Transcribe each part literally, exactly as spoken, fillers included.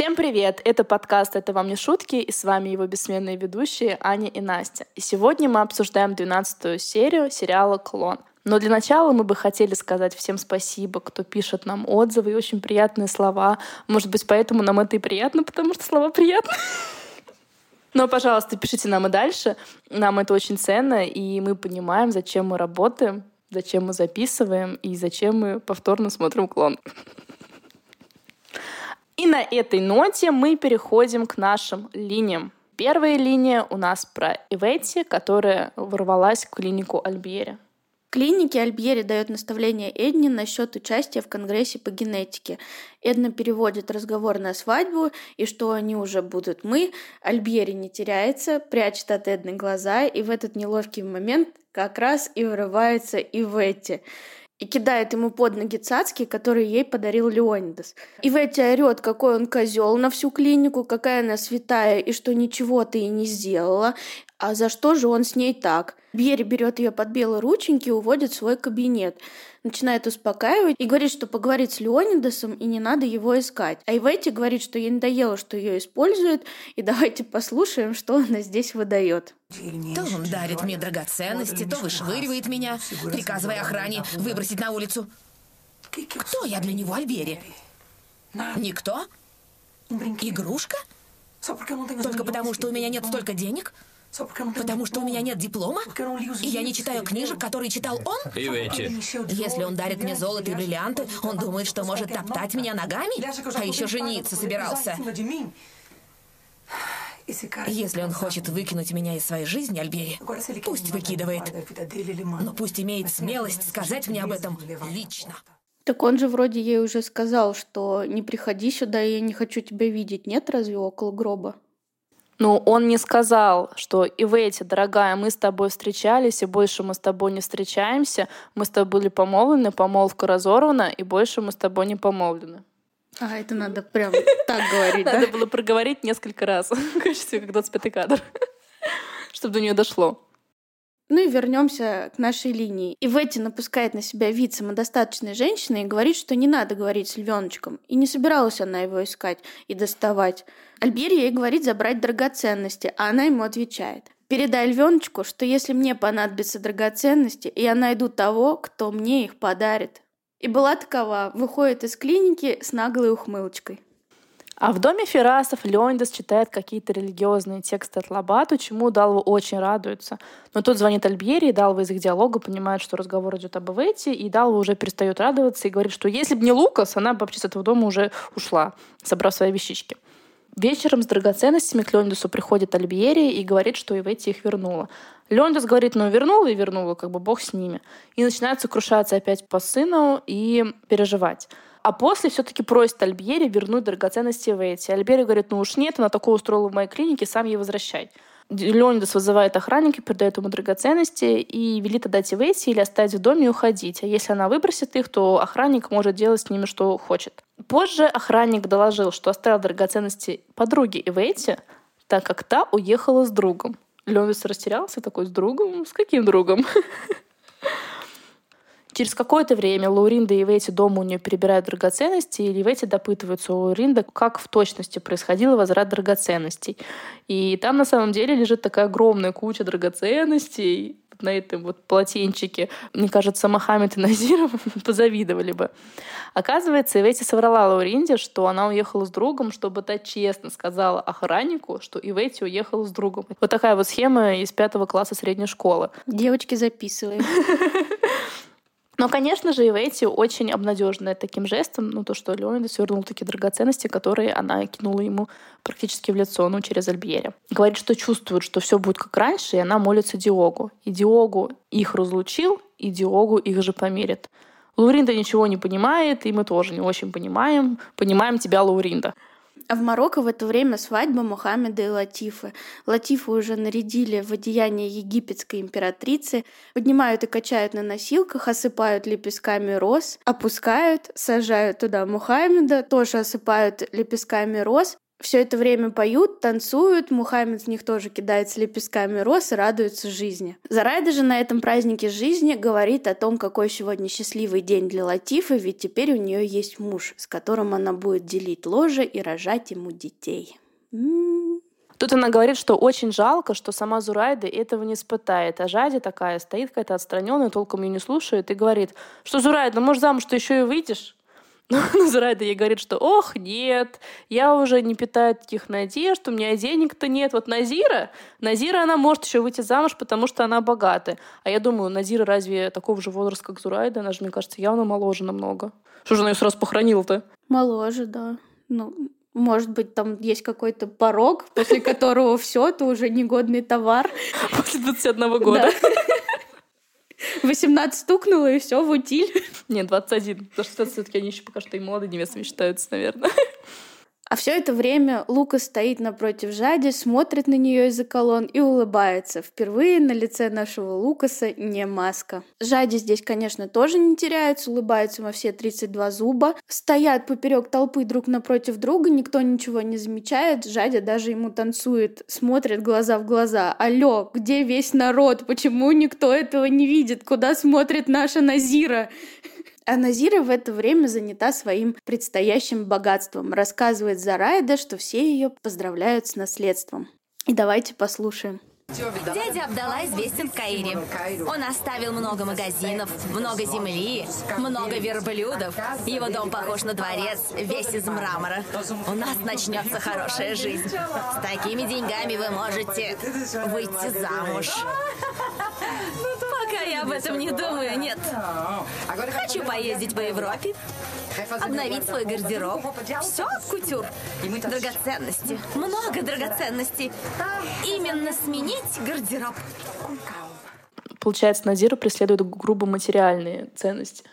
Всем привет! Это подкаст «Это вам не шутки», и с вами его бессменные ведущие Аня и Настя. И сегодня мы обсуждаем двенадцатую серию сериала «Клон». Но для начала мы бы хотели сказать всем спасибо, кто пишет нам отзывы и очень приятные слова. Может быть, поэтому нам это и приятно, потому что слова приятные. Но, пожалуйста, пишите нам и дальше. Нам это очень ценно, и мы понимаем, зачем мы работаем, зачем мы записываем и зачем мы повторно смотрим «Клон». И на этой ноте мы переходим к нашим линиям. Первая линия у нас про Иветти, которая ворвалась в клинику Альбьери. В клинике Альбьери дает наставление Эдне насчет участия в конгрессе по генетике. Эдна переводит разговор на свадьбу, и что они уже будут мы. Альбьери не теряется, прячет от Эдны глаза, и в этот неловкий момент как раз и вырывается Иветти. И кидает ему под ноги цацки, которые ей подарил Леонидас. Иветти орёт, какой он козел на всю клинику, какая она святая, и что ничего ты и не сделала. А за что же он с ней так? Бьери берет ее под белые рученьки и уводит в свой кабинет. Начинает успокаивать и говорит, что поговорит с Леонидасом и не надо его искать. А Иветти говорит, что ей надоело, что ее используют, и давайте послушаем, что она здесь выдает. То он дарит мне драгоценности, то вышвыривает меня, приказывая охране выбросить на улицу. Кто я для него, Альбьери? Никто? Игрушка? Только потому, что у меня нет столько денег? Потому что у меня нет диплома? И я не читаю книжек, которые читал он? Иветти. Если он дарит мне золото и бриллианты, он думает, что может топтать меня ногами? А еще жениться собирался. Если он хочет выкинуть меня из своей жизни, Альбьери, пусть выкидывает. Но пусть имеет смелость сказать мне об этом лично. Так он же вроде ей уже сказал, что не приходи сюда, я не хочу тебя видеть. Нет, разве около гроба? Ну, он не сказал, что Иветти, дорогая, мы с тобой встречались, и больше мы с тобой не встречаемся. Мы с тобой были помолвлены, помолвка разорвана, и больше мы с тобой не помолвлены. А, это надо прям так говорить, да? Надо было проговорить несколько раз. Кажется, как двадцать пятый кадр. Чтобы до нее дошло. Ну и вернемся к нашей линии. Иветти напускает на себя вид самодостаточной женщины и говорит, что не надо говорить с львеночком. И не собиралась она его искать и доставать. Альбьери ей говорит забрать драгоценности, а она ему отвечает: «Передай львеночку, что если мне понадобятся драгоценности, я найду того, кто мне их подарит». И была такова, выходит из клиники с наглой ухмылочкой. А в доме Ферасов Леонидас читает какие-то религиозные тексты от Лабату, чему Далва очень радуется. Но тут звонит Альбьери, и Далва из их диалога понимает, что разговор идет об Иветти, и Далва уже перестает радоваться и говорит, что если бы не Лукас, она бы вообще с этого дома уже ушла, собрав свои вещички. Вечером с драгоценностями к Леонидасу приходит Альбьери и говорит, что Иветти их вернула. Леонидас говорит, ну вернула и вернула, как бы бог с ними. И начинает сокрушаться опять по сыну и переживать. А после все-таки просит Альбьери вернуть драгоценности Иветти. Альбьери говорит, ну уж нет, она такое устроила в моей клинике, сам ей возвращай. Леонидас вызывает охранника, передает ему драгоценности и велит отдать Иветти или оставить в доме и уходить. А если она выбросит их, то охранник может делать с ними что хочет. Позже охранник доложил, что оставил драгоценности подруге Иветти, так как та уехала с другом. Леонидас растерялся, такой, с другом? С каким другом? Через какое-то время Лауринда и Иветти дома у нее перебирают драгоценности, и Иветти допытывается у Лауринда, как в точности происходил возврат драгоценностей. И там на самом деле лежит такая огромная куча драгоценностей на этом вот полотенчике. Мне кажется, Мохаммед и Назир позавидовали бы. Оказывается, Иветти соврала Лауринде, что она уехала с другом, чтобы та честно сказала охраннику, что Иветти уехала с другом. Вот такая вот схема из пятого класса средней школы. Девочки, записываем. Но, конечно же, Иветти очень обнадеженная таким жестом, ну, то, что Леонидас вернул такие драгоценности, которые она кинула ему практически в лицо, ну, через Альбьери. Говорит, что чувствует, что все будет как раньше, и она молится Диогу. И Диогу их разлучил, и Диогу их же помирит. Лауринда ничего не понимает, и мы тоже не очень понимаем. Понимаем тебя, Лауринда. А в Марокко в это время свадьба Мухаммеда и Латифы. Латифу уже нарядили в одеяние египетской императрицы, поднимают и качают на носилках, осыпают лепестками роз, опускают, сажают туда Мухаммеда, тоже осыпают лепестками роз. Все это время поют, танцуют, Мухаммед в них тоже кидается лепестками роз и радуется жизни. Зурайда же на этом празднике жизни говорит о том, какой сегодня счастливый день для Латифы, ведь теперь у нее есть муж, с которым она будет делить ложе и рожать ему детей. М-м-м. Тут она говорит, что очень жалко, что сама Зурайда этого не испытает. А Жади такая стоит какая-то отстраненная, толком ее не слушает и говорит, что Зурайда, может, замуж ты еще и выйдешь? Но Зурайда ей говорит, что ох, нет, я уже не питаю таких надежд, у меня денег-то нет. Вот Назира, Назира, она может еще выйти замуж, потому что она богатая. А я думаю, Назира разве такого же возраста, как Зурайда? Она же, мне кажется, явно моложе намного. Что же она ее сразу похоронила-то? Моложе, да. Ну, может быть, там есть какой-то порог, после которого все, это уже негодный товар. После двадцати одного года. восемнадцать стукнуло, и все в утиль. Нет, двадцать один. Потому что все-таки они еще пока что и молодые невестами считаются, наверное. А все это время Лукас стоит напротив Жади, смотрит на нее из-за колонн и улыбается. Впервые на лице нашего Лукаса не маска. Жади здесь, конечно, тоже не теряются, улыбаются во все тридцать два зуба. Стоят поперек толпы друг напротив друга, никто ничего не замечает. Жади даже ему танцует, смотрит глаза в глаза. Алло, где весь народ? Почему никто этого не видит? Куда смотрит наша Назира? А Назира в это время занята своим предстоящим богатством. Рассказывает Зурайда, что все ее поздравляют с наследством. И давайте послушаем. Дядя Абдалла известен в Каире. Он оставил много магазинов, много земли, много верблюдов. Его дом похож на дворец, весь из мрамора. У нас начнется хорошая жизнь. С такими деньгами вы можете выйти замуж. Пока я об этом не думаю, нет. Хочу поездить по Европе, обновить свой гардероб. Все в кутюр. Драгоценности. Много драгоценностей. Именно сменить гардероб. Получается, Назира преследует грубо материальные ценности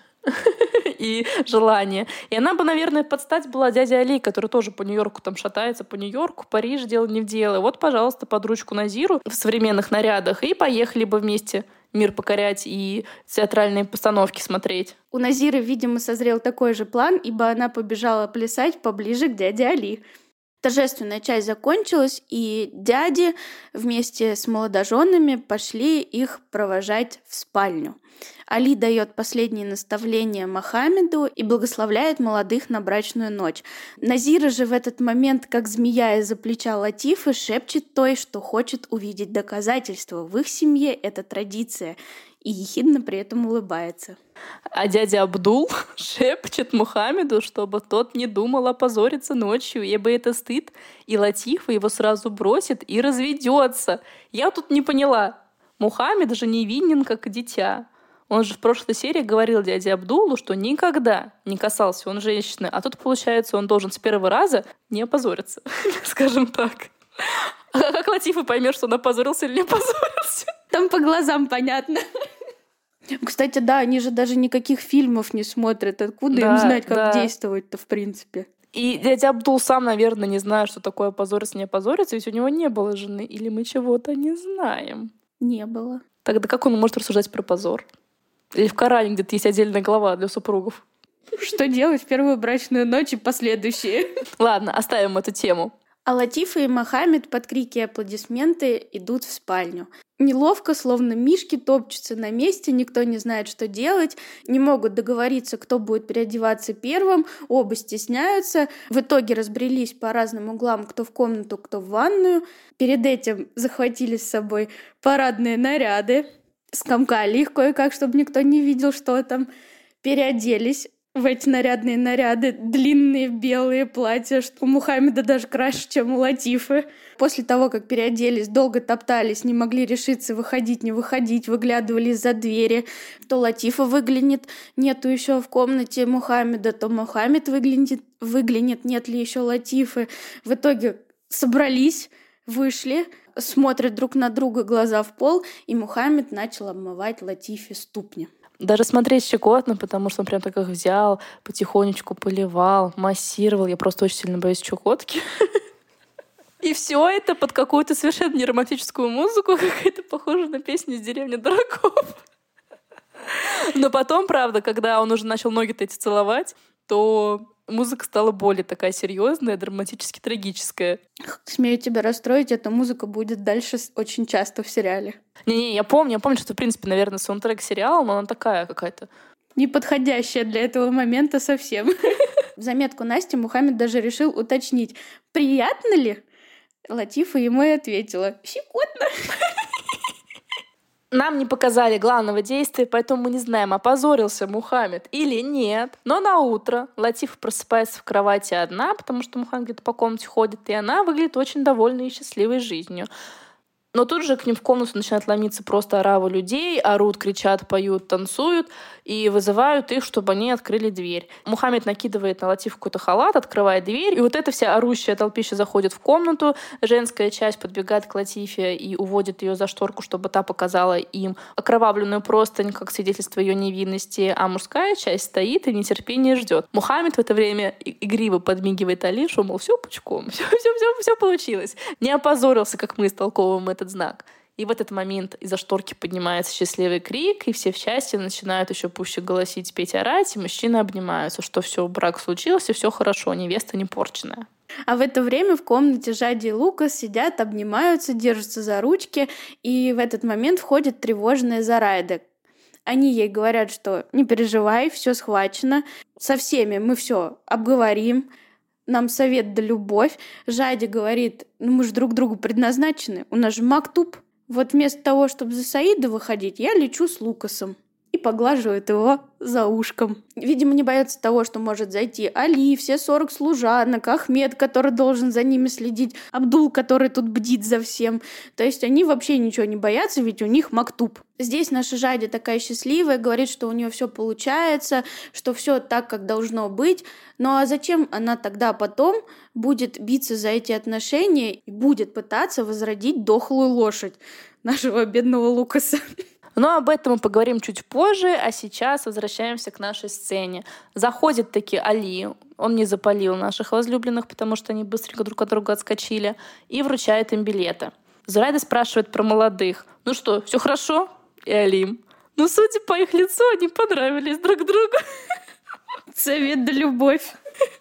и желания. И она бы, наверное, подстать была дяде Али, который тоже по Нью-Йорку там шатается, по Нью-Йорку, Париж, дело не в дело. И вот, пожалуйста, под ручку Назиру в современных нарядах, и поехали бы вместе мир покорять и театральные постановки смотреть. У Назиры, видимо, созрел такой же план, ибо она побежала плясать поближе к дяде Али. Торжественная часть закончилась, и дяди вместе с молодоженами пошли их провожать в спальню. Али дает последние наставления Мухаммеду и благословляет молодых на брачную ночь. Назира же в этот момент, как змея из-за плеча Латифы, шепчет той, что хочет увидеть доказательства. В их семье это традиция, и ехидно при этом улыбается. А дядя Абдул шепчет Мухаммеду, чтобы тот не думал опозориться ночью, ибо это стыд, и Латифа его сразу бросит и разведется. Я тут не поняла. Мухаммед же невинен, как дитя. Он же в прошлой серии говорил дяде Абдулу, что никогда не касался он женщины, а тут, получается, он должен с первого раза не опозориться, скажем так. А как Латифа поймет, что он опозорился или не опозорился? Там по глазам понятно. Кстати, да, они же даже никаких фильмов не смотрят. Откуда да, им знать, как да. действовать-то в принципе? И дядя Абдул сам, наверное, не знает, что такое опозориться, не опозориться, ведь у него не было жены. Или мы чего-то не знаем? Не было. Тогда как он может рассуждать про позор? Или в Коране где-то есть отдельная глава для супругов? Что делать в первую брачную ночь и последующие? Ладно, оставим эту тему. А Латифа и Мухаммед под крики и аплодисменты идут в спальню. Неловко, словно мишки, топчутся на месте, никто не знает, что делать, не могут договориться, кто будет переодеваться первым, оба стесняются. В итоге разбрелись по разным углам, кто в комнату, кто в ванную. Перед этим захватили с собой парадные наряды, скомкали их кое-как, чтобы никто не видел, что там. Переоделись в эти нарядные наряды, длинные белые платья, что у Мухаммеда даже краше, чем у Латифы. После того, как переоделись, долго топтались, не могли решиться выходить, не выходить, выглядывали из-за двери. То Латифа выглянет, нету еще в комнате Мухаммеда, то Мухаммед выглянет, выглянет, нет ли еще Латифы. В итоге собрались, вышли, смотрят друг на друга, глаза в пол, и Мухаммед начал обмывать Латифе ступни. Даже смотреть щекотно, потому что он прям так их взял, потихонечку поливал, массировал. Я просто очень сильно боюсь щекотки. И все это под какую-то совершенно неромантическую музыку, какая-то похожа на песню из «Деревни дураков». Но потом, правда, когда он уже начал ноги-то эти целовать, то музыка стала более такая серьезная, драматически трагическая. Смею тебя расстроить, эта музыка будет дальше очень часто в сериале. Не-не, я помню, я помню, что, в принципе, наверное, саундтрек сериала, но она такая какая-то. Неподходящая для этого момента совсем. В заметку Насти Мухаммед даже решил уточнить, приятно ли? Латифа ему и ответила, щекотно. Нам не показали главного действия, поэтому мы не знаем, опозорился Мухаммед или нет. Но на утро Латифа просыпается в кровати одна, потому что Мухаммед где-то по комнате ходит, и она выглядит очень довольной и счастливой жизнью. Но тут же к ним в комнату начинает ломиться просто орава людей, орут, кричат, поют, танцуют и вызывают их, чтобы они открыли дверь. Мухаммед накидывает на Латифу какой-то халат, открывает дверь, и вот эта вся орущая толпища заходит в комнату. Женская часть подбегает к Латифе и уводит ее за шторку, чтобы та показала им окровавленную простынь, как свидетельство ее невинности, а мужская часть стоит и в нетерпении ждет. Мухаммед в это время игриво подмигивает Алишу, мол, все пучком, все, все, все, все получилось. Не опозорился, как мы истолковываем этот знак. И в этот момент из-за шторки поднимается счастливый крик, и все в счастье начинают еще пуще голосить, петь, орать, и мужчины обнимаются, что все, брак случился, все хорошо, невеста не порченная. А в это время в комнате Жади и Лукас сидят, обнимаются, держатся за ручки, и в этот момент входит тревожная Зорайда. Они ей говорят, что не переживай, все схвачено, со всеми мы все обговорим, нам совет да любовь. Жади говорит, ну мы же друг другу предназначены, у нас же мактуб. Вот вместо того, чтобы за Саида выходить, я лечу с Лукасом. И поглаживает его за ушком. Видимо, не боятся того, что может зайти Али, все сорок служанок, Ахмед, который должен за ними следить, Абдул, который тут бдит за всем. То есть они вообще ничего не боятся, ведь у них мактуб. Здесь наша Жади такая счастливая, говорит, что у нее все получается, что все так, как должно быть. Ну а зачем она тогда потом будет биться за эти отношения и будет пытаться возродить дохлую лошадь нашего бедного Лукаса? Но об этом мы поговорим чуть позже, а сейчас возвращаемся к нашей сцене. Заходит таки Али, он не запалил наших возлюбленных, потому что они быстренько друг от друга отскочили, и вручает им билеты. Зорайда спрашивает про молодых. Ну что, все хорошо? И Али: ну, судя по их лицу, они понравились друг другу. Совет да любовь.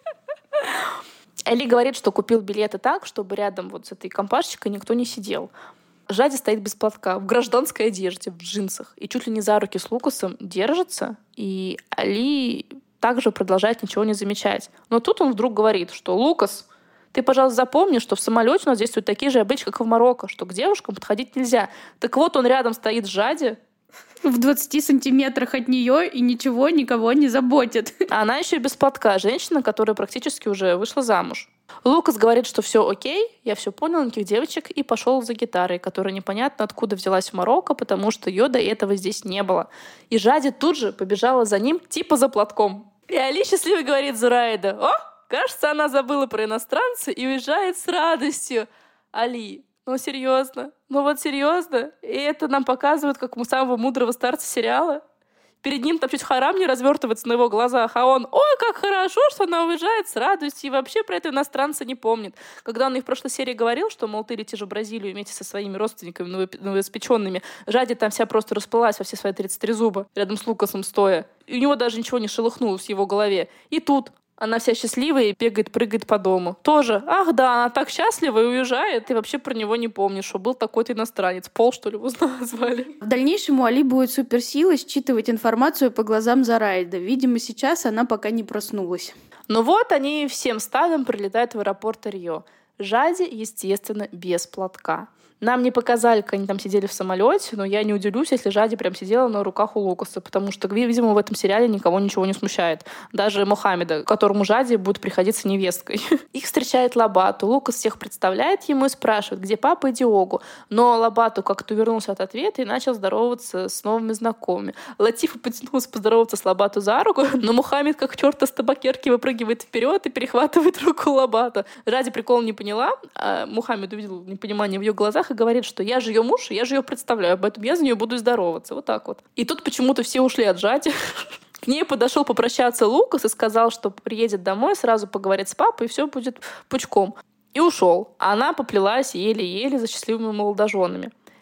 Али говорит, что купил билеты так, чтобы рядом вот с этой компашечкой никто не сидел. Жади стоит без платка, в гражданской одежде, в джинсах, и чуть ли не за руки с Лукасом держится, и Али также продолжает ничего не замечать. Но тут он вдруг говорит, что «Лукас, ты, пожалуйста, запомни, что в самолете у нас действуют такие же обычаи, как и в Марокко, что к девушкам подходить нельзя». Так вот, он рядом стоит с Жади, в двадцати сантиметрах от нее, и ничего никого не заботит. А она еще и без платка. Женщина, которая практически уже вышла замуж. Лукас говорит, что все окей, я все понял, никаких девочек, и пошел за гитарой, которая непонятно откуда взялась в Марокко, потому что ее до этого здесь не было. И Жади тут же побежала за ним, типа за платком. И Али счастливо говорит Зорайда: «О, кажется, она забыла про иностранца и уезжает с радостью». Али: ну, серьезно? Ну вот серьезно? И это нам показывают как у самого мудрого старца сериала? Перед ним там чуть харам не развертывается на его глазах, а он: ой, как хорошо, что она уезжает с радостью, и вообще про этого иностранца не помнит. Когда он и в прошлой серии говорил, что, мол, ты летишь в Бразилию вместе со своими родственниками новоиспеченными, Жади там вся просто расплылась во все свои тридцать три зуба рядом с Лукасом стоя. И у него даже ничего не шелохнулось в его голове. И тут она вся счастливая и бегает, прыгает по дому. Тоже: ах да, она так счастлива и уезжает, ты вообще про него не помнишь, что был такой-то иностранец. Пол, что ли, его звали? В дальнейшем у Али будет суперсила считывать информацию по глазам Зорайды. Видимо, сейчас она пока не проснулась. Ну вот, они всем стадом прилетают в аэропорт Рио. Жади, естественно, без платка. Нам не показали, как они там сидели в самолете, но я не удивлюсь, если Жади прям сидела на руках у Лукаса, потому что, видимо, в этом сериале никого ничего не смущает. Даже Мухаммеда, которому Жади будет приходиться невесткой. Их встречает Лабату. Лукас всех представляет ему и спрашивает, где папа и Диогу. Но Лабату как-то увернулся от ответа и начал здороваться с новыми знакомыми. Латифа потянулся поздороваться с Лабату за руку, но Мухаммед как черт из табакерки выпрыгивает вперед и перехватывает руку Лабату. Жади прикол не поняла, а Мухаммед увидел непонимание в ее глазах и говорит, что я же ее муж, я же ее представляю, поэтому я за нее буду здороваться. Вот так вот. И тут почему-то все ушли от Жади. К ней подошел попрощаться Лукас и сказал, что приедет домой, сразу поговорит с папой, и все будет пучком. И ушел. А она поплелась еле-еле за счастливыми молодоженами.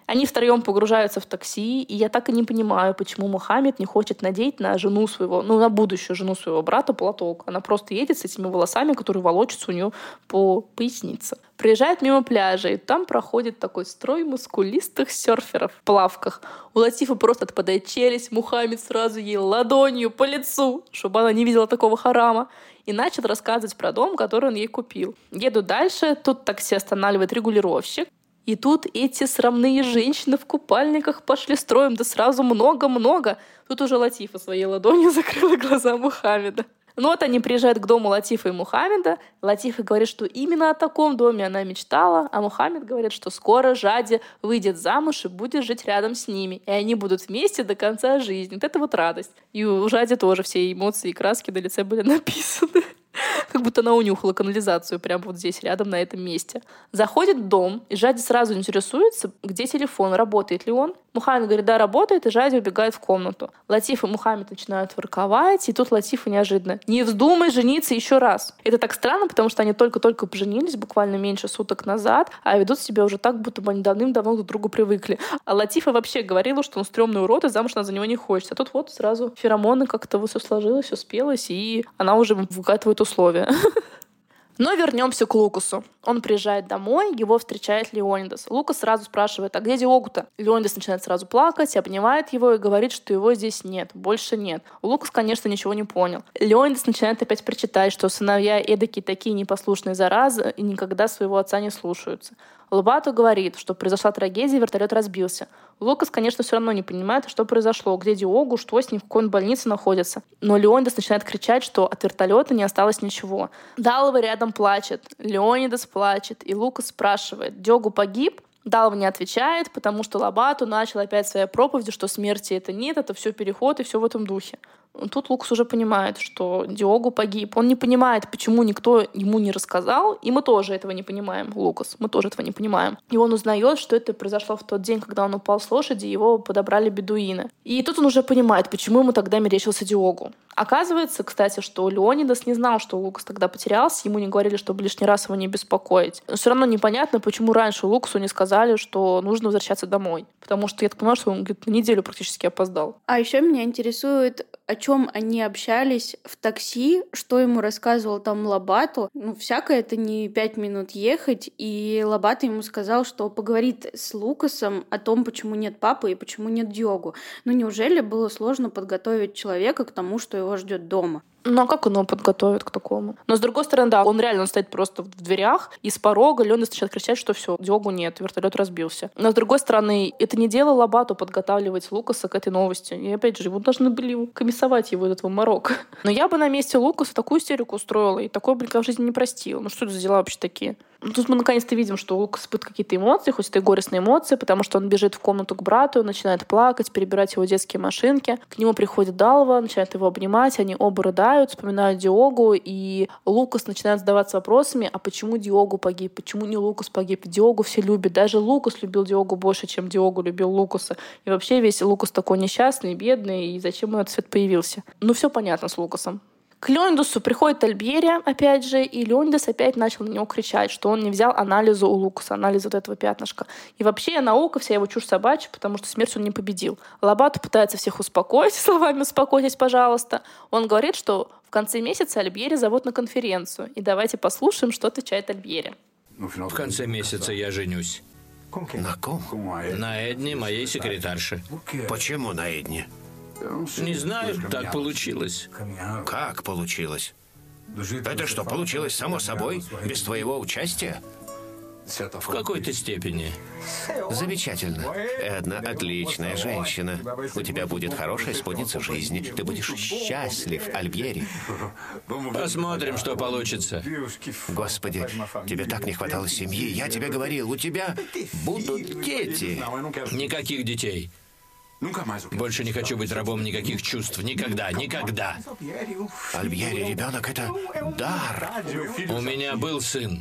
Они втроем погружаются в такси, и я так и не понимаю, почему Мухаммед не хочет надеть на жену своего, ну, на будущую жену своего брата платок. Она просто едет с этими волосами, которые волочатся у нее по пояснице. Приезжает мимо пляжа, и там проходит такой строй мускулистых серферов в плавках. У Латифы просто отпадает челюсть, Мухаммед сразу ей ладонью по лицу, чтобы она не видела такого харама, и начал рассказывать про дом, который он ей купил. Еду дальше, тут такси останавливает регулировщик, и тут эти срамные женщины в купальниках пошли строем, да сразу много-много. Тут уже Латифа своей ладонью закрыла глаза Мухаммеда. Ну вот они приезжают к дому Латифы и Мухаммеда. Латифа говорит, что именно о таком доме она мечтала, а Мухаммед говорит, что скоро Жади выйдет замуж и будет жить рядом с ними, и они будут вместе до конца жизни. Вот это вот радость. И у Жади тоже все эмоции и краски на лице были написаны. Как будто она унюхала канализацию прямо вот здесь, рядом, на этом месте. Заходит в дом, и Жади сразу интересуется, где телефон, работает ли он. Мухаммед говорит, да, работает, и Жади убегает в комнату. Латиф и Мухаммед начинают ворковать, и тут Латифа неожиданно: не вздумай жениться еще раз. Это так странно, потому что они только-только поженились, буквально меньше суток назад, а ведут себя уже так, будто бы они давным-давно друг к другу привыкли. А Латифа вообще говорила, что он стрёмный урод, и замуж она за него не хочет. А тут вот сразу феромоны, как-то все сложилось, все спелось, и она уже выкатывает условия. Но вернемся к Лукасу. Он приезжает домой, его встречает Леонидас. Лукас сразу спрашивает, а где Диогу-то? Леонидас начинает сразу плакать, обнимает его и говорит, что его здесь нет, больше нет. Лукас, конечно, ничего не понял. Леонидас начинает опять прочитать, что сыновья эдакие такие непослушные заразы и никогда своего отца не слушаются. Лобато говорит, что произошла трагедия, вертолет разбился. Лукас, конечно, все равно не понимает, что произошло, где Диогу, что с ним, в какой он больнице находится. Но Леонидас начинает кричать, что от вертолета не осталось ничего. Далва рядом плачет, Леонидас плачет, и Лукас спрашивает, Диогу погиб? Далва не отвечает, потому что Лобато начал опять своей проповедью, что смерти это нет, это все переход и все в этом духе. Тут Лукас уже понимает, что Диогу погиб. Он не понимает, почему никто ему не рассказал, и мы тоже этого не понимаем, Лукас. Мы тоже этого не понимаем. И он узнает, что это произошло в тот день, когда он упал с лошади, его подобрали бедуины. И тут он уже понимает, почему ему тогда мерещился Диогу. Оказывается, кстати, что Леонидас не знал, что Лукас тогда потерялся, ему не говорили, чтобы лишний раз его не беспокоить. Но все равно непонятно, почему раньше Лукасу не сказали, что нужно возвращаться домой. Потому что я так понимаю, что он где-то на неделю практически опоздал. А еще меня интересует, о чем они общались в такси, что ему рассказывал там Лобато. Ну, всякое это не пять минут ехать, и Лобато ему сказал, что поговорит с Лукасом о том, почему нет папы и почему нет Диогу. Ну, неужели было сложно подготовить человека к тому, что его ждет дома? Ну, а как он его подготовит к такому? Но, с другой стороны, да, он реально он стоит просто в дверях, и с порога Леонидас начинает кричать, что все, Диогу нет, вертолет разбился. Но, с другой стороны, это не дело Лобато подготавливать Лукаса к этой новости. И, опять же, его должны были комиссовать его из этого Марокко. Но я бы на месте Лукаса такую истерику устроила, и такое, блин, в жизни не простила. Ну, что это за дела вообще такие? Тут мы наконец-то видим, что Лукас испытывает какие-то эмоции, хоть это и горестные эмоции, потому что он бежит в комнату к брату, начинает плакать, перебирать его детские машинки. К нему приходит Далва, начинает его обнимать, они оба рыдают, вспоминают Диогу, и Лукас начинает задаваться вопросами, а почему Диогу погиб, почему не Лукас погиб? Диогу все любят, даже Лукас любил Диогу больше, чем Диогу любил Лукаса. И вообще весь Лукас такой несчастный, бедный, и зачем он этот свет появился? Ну, все понятно с Лукасом. К Леонидасу приходит Альбери, опять же, и Леонидас опять начал на него кричать, что он не взял анализу у Лукаса, анализ вот этого пятнышка. И вообще наука, вся его чушь собачья, потому что смерть он не победил. Лобато пытается всех успокоить словами «успокойтесь, пожалуйста». Он говорит, что в конце месяца Альбери зовут на конференцию. И давайте послушаем, что отвечает Альбери. В конце месяца я женюсь. На ком? На Эдне, моей секретарше. Почему на Эдне? Не знаю, так получилось. Как получилось? Это что, получилось само собой, без твоего участия? В какой-то степени. Замечательно. Эдна отличная женщина. У тебя будет хорошая спутница жизни. Ты будешь счастлив, Альбери. Посмотрим, что получится. Господи, тебе так не хватало семьи. Я тебе говорил, у тебя будут дети. Никаких детей. Больше не хочу быть рабом никаких чувств. Никогда, никогда. Альбери, ребенок, это дар. У меня был сын.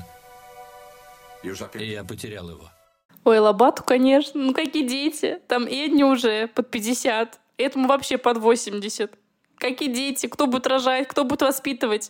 И я потерял его. Ой, Лобато, конечно. Ну, какие дети? Там Эдни уже под пятьдесят. Этому вообще под восемьдесят. Какие дети? Кто будет рожать? Кто будет воспитывать?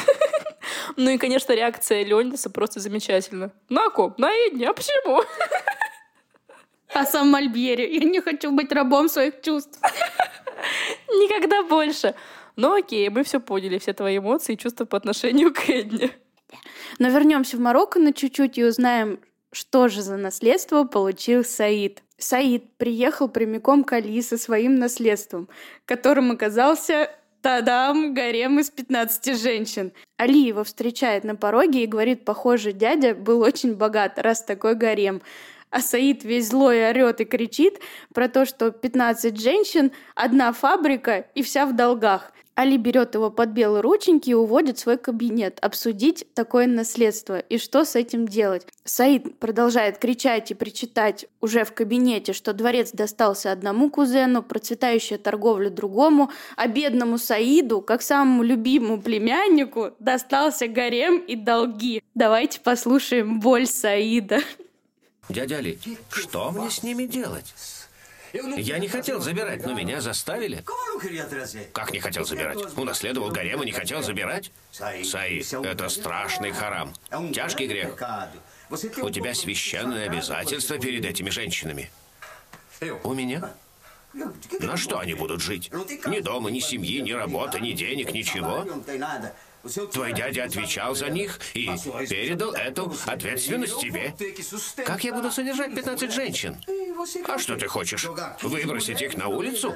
Ну и, конечно, реакция Леонидаса просто замечательна. На ком? На Эдни? А почему? А сам Альбьери: я не хочу быть рабом своих чувств. Никогда больше. Ну окей, мы все поняли, все твои эмоции и чувства по отношению к Эдне. Но вернемся в Марокко на чуть-чуть и узнаем, что же за наследство получил Саид. Саид приехал прямиком к Али со своим наследством, которым оказался, тадам, гарем из пятнадцати женщин. Али его встречает на пороге и говорит: похоже, дядя был очень богат, раз такой гарем. А Саид весь злой орет и кричит про то, что пятнадцать женщин, одна фабрика и вся в долгах. Али берет его под белые рученьки и уводит в свой кабинет обсудить такое наследство и что с этим делать. Саид продолжает кричать и причитать уже в кабинете, что дворец достался одному кузену, процветающая торговля другому, а бедному Саиду, как самому любимому племяннику, достался гарем и долги. Давайте послушаем боль Саида. Дядя Али, что мне с ними делать? Я не хотел забирать, но меня заставили. Как не хотел забирать? Унаследовал гарем и не хотел забирать? Саид, это страшный харам. Тяжкий грех. У тебя священное обязательство перед этими женщинами. У меня? На что они будут жить? Ни дома, ни семьи, ни работы, ни денег, ничего. Твой дядя отвечал за них и передал эту ответственность тебе. Как я буду содержать пятнадцать женщин? А что ты хочешь? Выбросить их на улицу?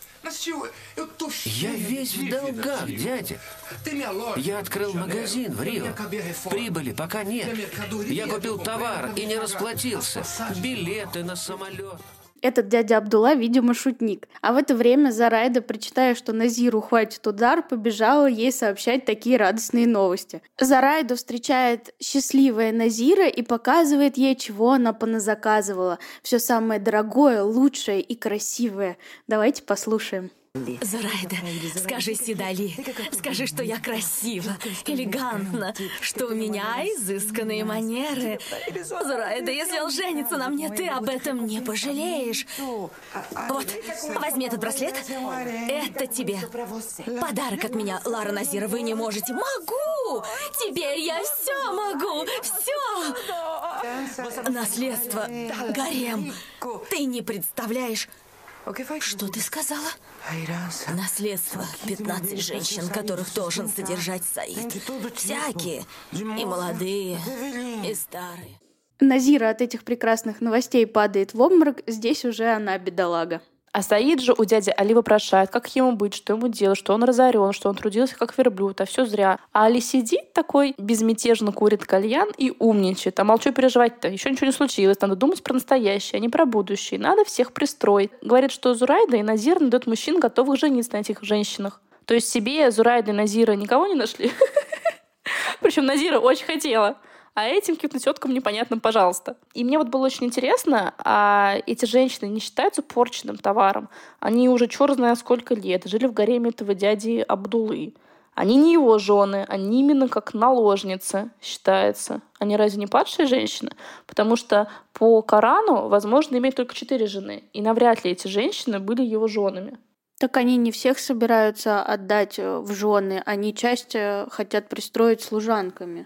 Я весь в долгах, дядя. Я открыл магазин в Рио. Прибыли пока нет. Я купил товар и не расплатился. Билеты на самолет. Этот дядя Абдулла, видимо, шутник. А в это время Зарайда, прочитая, что Назиру хватит удар, побежала ей сообщать такие радостные новости. Зарайду встречает счастливая Назира и показывает ей, чего она поназаказывала. Все самое дорогое, лучшее и красивое. Давайте послушаем. Зарайда, скажи Сидали, скажи, что я красива, элегантна, что у меня изысканные манеры. Зарайда, если он женится на мне, ты об этом не пожалеешь. Вот, возьми этот браслет. Это тебе. Подарок от меня, Лара Назира, вы не можете. Могу! Теперь я все могу! Все! Наследство, гарем. Ты не представляешь... Что ты сказала? Наследство. пятнадцать женщин, которых должен содержать Саид. Всякие. И молодые, и старые. Назира от этих прекрасных новостей падает в обморок. Здесь уже она бедолага. А Саид же у дяди Али вопрошает, как ему быть, что ему делать, что он разорен, что он трудился как верблюд, а все зря. А Али сидит такой, безмятежно курит кальян и умничает. А мол, что переживать-то? Еще ничего не случилось. Надо думать про настоящее, а не про будущее. Надо всех пристроить. Говорит, что Зурайда и Назир найдут мужчин, готовых жениться на этих женщинах. То есть себе Зурайда и Назира никого не нашли? Причем Назира очень хотела. А этим каким-то теткам непонятно, пожалуйста. И мне вот было очень интересно, а эти женщины не считаются порченным товаром. Они уже черт знает сколько лет жили в гареме этого дяди Абдуллы. Они не его жены, они именно как наложницы считаются. Они разве не падшие женщины? Потому что по Корану возможно иметь только четыре жены. И навряд ли эти женщины были его женами. Так они не всех собираются отдать в жены. Они часть хотят пристроить служанками.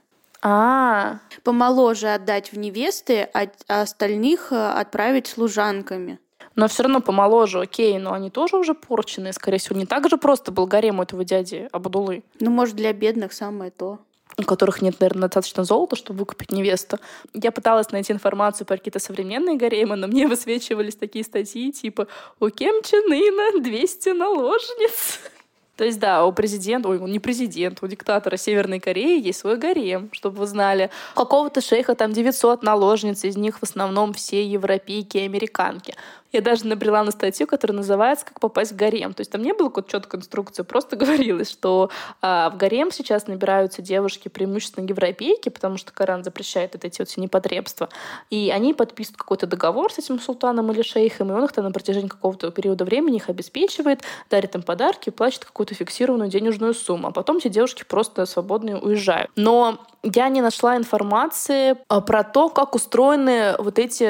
А, Помоложе отдать в невесты, а остальных отправить служанками. но все равно помоложе, окей, но они тоже уже порченные, скорее всего. Не так же просто был гарем у этого дяди Абдуллы, Ну, может, для бедных самое то. у которых нет, наверное, достаточно золота, чтобы выкупить невесту. Я пыталась найти информацию про какие-то современные гаремы, но мне высвечивались такие статьи, типа «У Кем Чен Ына двести наложниц». То есть, да, у президента, ой, он не президент, у диктатора Северной Кореи есть свой гарем, чтобы вы знали. У какого-то шейха там девятьсот наложниц, из них в основном все европейки и американки. Я даже набрела на статью, которая называется «Как попасть в гарем». То есть там не было какой-то четкой инструкции, просто говорилось, что а, в гарем сейчас набираются девушки преимущественно европейки, потому что Коран запрещает вот эти вот все непотребства. И они подписывают какой-то договор с этим султаном или шейхом, и он их там на протяжении какого-то периода времени их обеспечивает, дарит им подарки, платит какую-то фиксированную денежную сумму. А потом эти девушки просто свободно уезжают. Но я не нашла информации про то, как устроены вот эти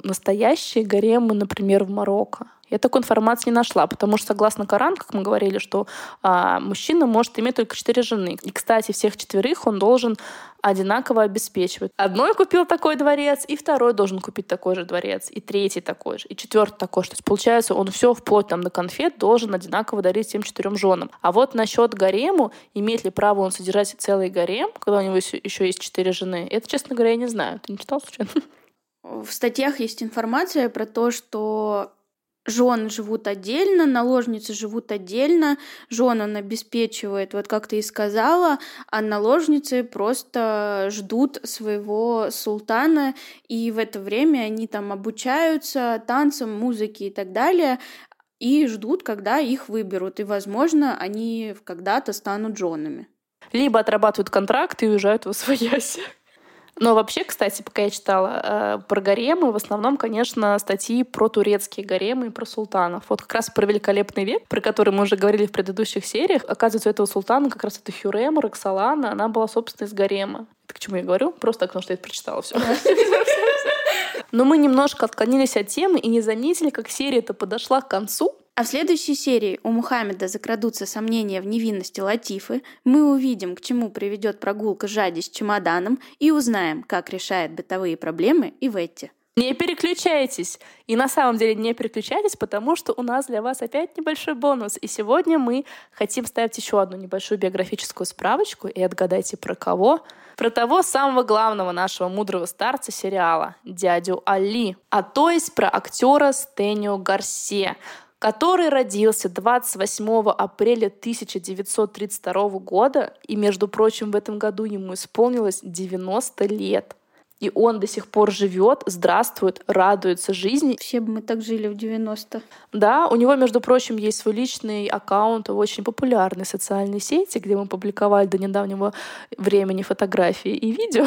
настоящие гаремы, например, в Марокко? Я такой информации не нашла, потому что, согласно Корану, как мы говорили, что а, мужчина может иметь только четыре жены. И, кстати, всех четверых он должен одинаково обеспечивать. Одной купил такой дворец, и второй должен купить такой же дворец, и третий такой же, и четвертый такой же. То есть, получается, он все вплоть там, до конфет должен одинаково дарить всем четырем женам. А вот насчет гарему, имеет ли право он содержать целый гарем, когда у него еще есть четыре жены, это, честно говоря, я не знаю. Ты не читал случайно? В статьях есть информация про то, что жены живут отдельно, наложницы живут отдельно, жен он обеспечивает, вот как ты и сказала, а наложницы просто ждут своего султана, и в это время они там обучаются танцам, музыке и так далее, и ждут, когда их выберут, и, возможно, они когда-то станут женами. Либо отрабатывают контракт и уезжают в освояси. Но вообще, кстати, пока я читала э, про гаремы, в основном, конечно, статьи про турецкие гаремы и про султанов. Вот как раз про «Великолепный век», про который мы уже говорили в предыдущих сериях. Оказывается, у этого султана как раз это Хюррем, Роксолана, она была, собственно, из гарема. Это к чему я говорю? Просто так, потому что я это прочитала все. Но мы немножко отклонились от темы и не заметили, как серия-то подошла к концу. А в следующей серии у Мухаммеда закрадутся сомнения в невинности Латифы, мы увидим, к чему приведет прогулка Жади с чемоданом, и узнаем, как решает бытовые проблемы Иветти. Не переключайтесь! И на самом деле не переключайтесь, потому что у нас для вас опять небольшой бонус. И сегодня мы хотим ставить еще одну небольшую биографическую справочку. И отгадайте, про кого? Про того самого главного нашего мудрого старца сериала, дядю Али. А то есть про актера Стэнио Гарсия, который родился двадцать восьмого апреля тысяча девятьсот тридцать второго года, и, между прочим, в этом году ему исполнилось девяносто лет. И он до сих пор живет, здравствует, радуется жизни. Все бы мы так жили в девяносто. Да, у него, между прочим, есть свой личный аккаунт в очень популярной социальной сети, где мы публиковали до недавнего времени фотографии и видео.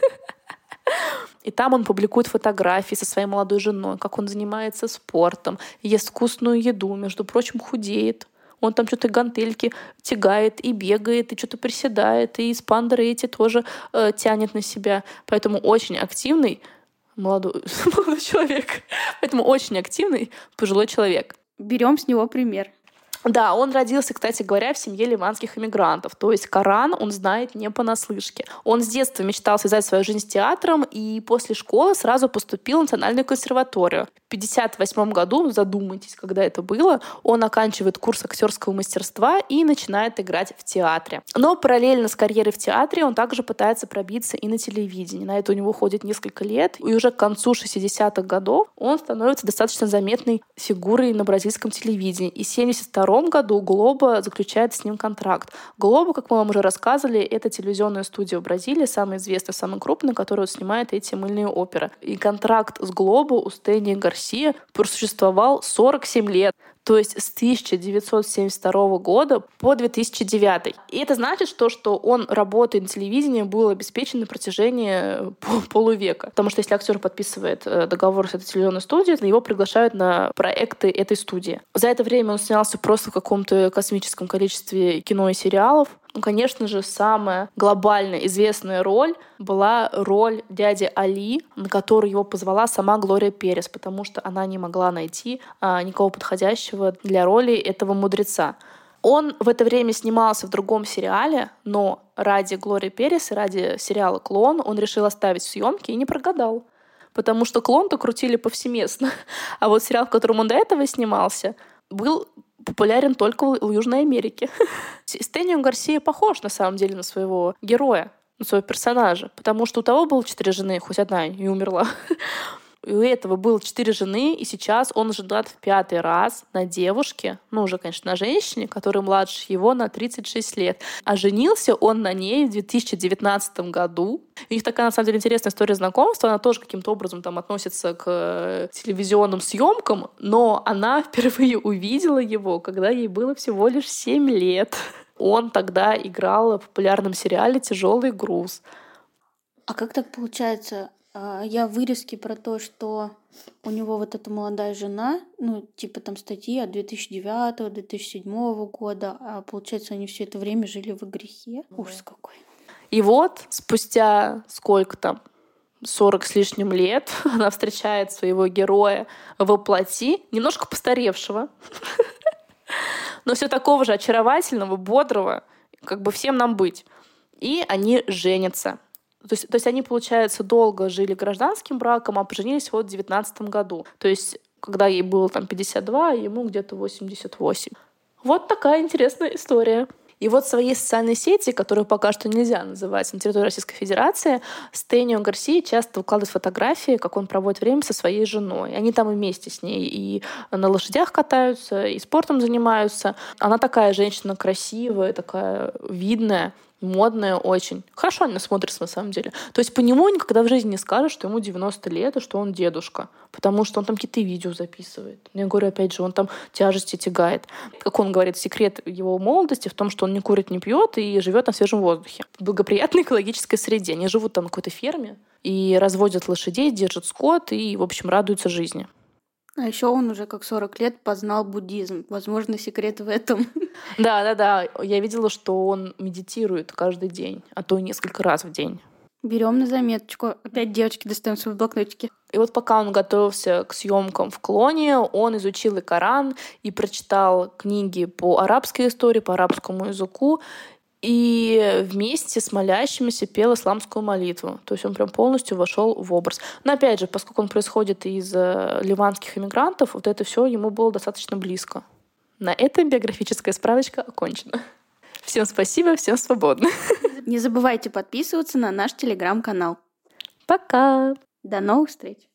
И там он публикует фотографии со своей молодой женой, как он занимается спортом, ест вкусную еду, между прочим, худеет. Он там что-то гантельки тягает и бегает, и что-то приседает, и спандеры эти тоже э, тянет на себя. Поэтому очень активный молодой, молодой человек. Поэтому очень активный пожилой человек. Берем с него пример. Да, он родился, кстати говоря, в семье ливанских иммигрантов. То есть Коран он знает не понаслышке. Он с детства мечтал связать свою жизнь с театром и после школы сразу поступил в Национальную консерваторию. В пятьдесят восьмом году, задумайтесь, когда это было, он оканчивает курс актерского мастерства и начинает играть в театре. Но параллельно с карьерой в театре он также пытается пробиться и на телевидении. На это у него уходит несколько лет. И уже к концу шестидесятых годов он становится достаточно заметной фигурой на бразильском телевидении. И в семьдесят втором году Глобо заключает с ним контракт. Глобо, как мы вам уже рассказывали, это телевизионная студия в Бразилии, самая известная, самая крупная, которая снимает эти мыльные оперы. И контракт с Глобо у Стэнио Гарсия просуществовал сорок семь лет. То есть с тысяча девятьсот семьдесят второго года по две тысячи девятый. И это значит, что, что он, работая на телевидении, был обеспечен на протяжении полувека. Потому что если актер подписывает договор с этой телевизионной студией, его приглашают на проекты этой студии. За это время он снялся просто в каком-то космическом количестве кино и сериалов. Ну, конечно же, самая глобально известная роль была роль дяди Али, на которую его позвала сама Глория Перес, потому что она не могла найти а, никого подходящего для роли этого мудреца. Он в это время снимался в другом сериале, но ради Глории Перес и ради сериала «Клон» он решил оставить съемки и не прогадал. Потому что «Клон»-то крутили повсеместно. А вот сериал, в котором он до этого снимался, был популярен только в Южной Америке. Стэнио Гарсия похож, на самом деле, на своего героя, на своего персонажа, потому что у того было четыре жены, хоть одна и умерла. И у этого было четыре жены, и сейчас он женат в пятый раз на девушке, ну, уже, конечно, на женщине, которая младше его на тридцать шесть лет. А женился он на ней в две тысячи девятнадцатом году. У них такая, на самом деле, интересная история знакомства. Она тоже каким-то образом там относится к телевизионным съемкам, но она впервые увидела его, когда ей было всего лишь семь лет. Он тогда играл в популярном сериале «Тяжелый груз». А как так получается? Я в вырезке про то, что у него вот эта молодая жена, ну, типа там статьи от две тысячи девятого - две тысячи седьмого года, а получается, они все это время жили во грехе. Ужас какой. И вот спустя сколько там, сорок с лишним лет. Она встречает своего героя во плоти, немножко постаревшего, но все такого же очаровательного, бодрого, как бы всем нам быть. И они женятся. То есть, то есть они, получается, долго жили гражданским браком, а поженились вот в девятнадцатом году. То есть когда ей было там пятьдесят два, а ему где-то восемьдесят восемь. Вот такая интересная история. И вот в своей социальной сети, которую пока что нельзя называть на территории Российской Федерации, Стэнио Гарсия часто выкладывает фотографии, как он проводит время со своей женой. Они там и вместе с ней и на лошадях катаются, и спортом занимаются. Она такая женщина красивая, такая видная, модная очень. Хорошо она смотрится на самом деле. То есть по нему никогда в жизни не скажешь, что ему девяносто лет и что он дедушка. Потому что он там какие-то видео записывает. Я говорю, опять же, он там тяжести тягает. Как он говорит, секрет его молодости в том, что он не курит, не пьет и живет на свежем воздухе. В благоприятной экологической среде. Они живут там на какой-то ферме и разводят лошадей, держат скот и, в общем, радуются жизни. А еще он уже как сорок лет познал буддизм. Возможно, секрет в этом. Да, да, да. Я видела, что он медитирует каждый день, а то и несколько раз в день. Берем на заметочку. Опять девочки достаем свои блокнотики. И вот пока он готовился к съемкам в Клоне, он изучил и Коран, и прочитал книги по арабской истории, по арабскому языку, и вместе с молящимися пел исламскую молитву. То есть он прям полностью вошел в образ. Но опять же, поскольку он происходит из ливанских иммигрантов, вот это все ему было достаточно близко. На этом биографическая справочка окончена. Всем спасибо, всем свободны. Не забывайте подписываться на наш телеграм-канал. Пока! До новых встреч!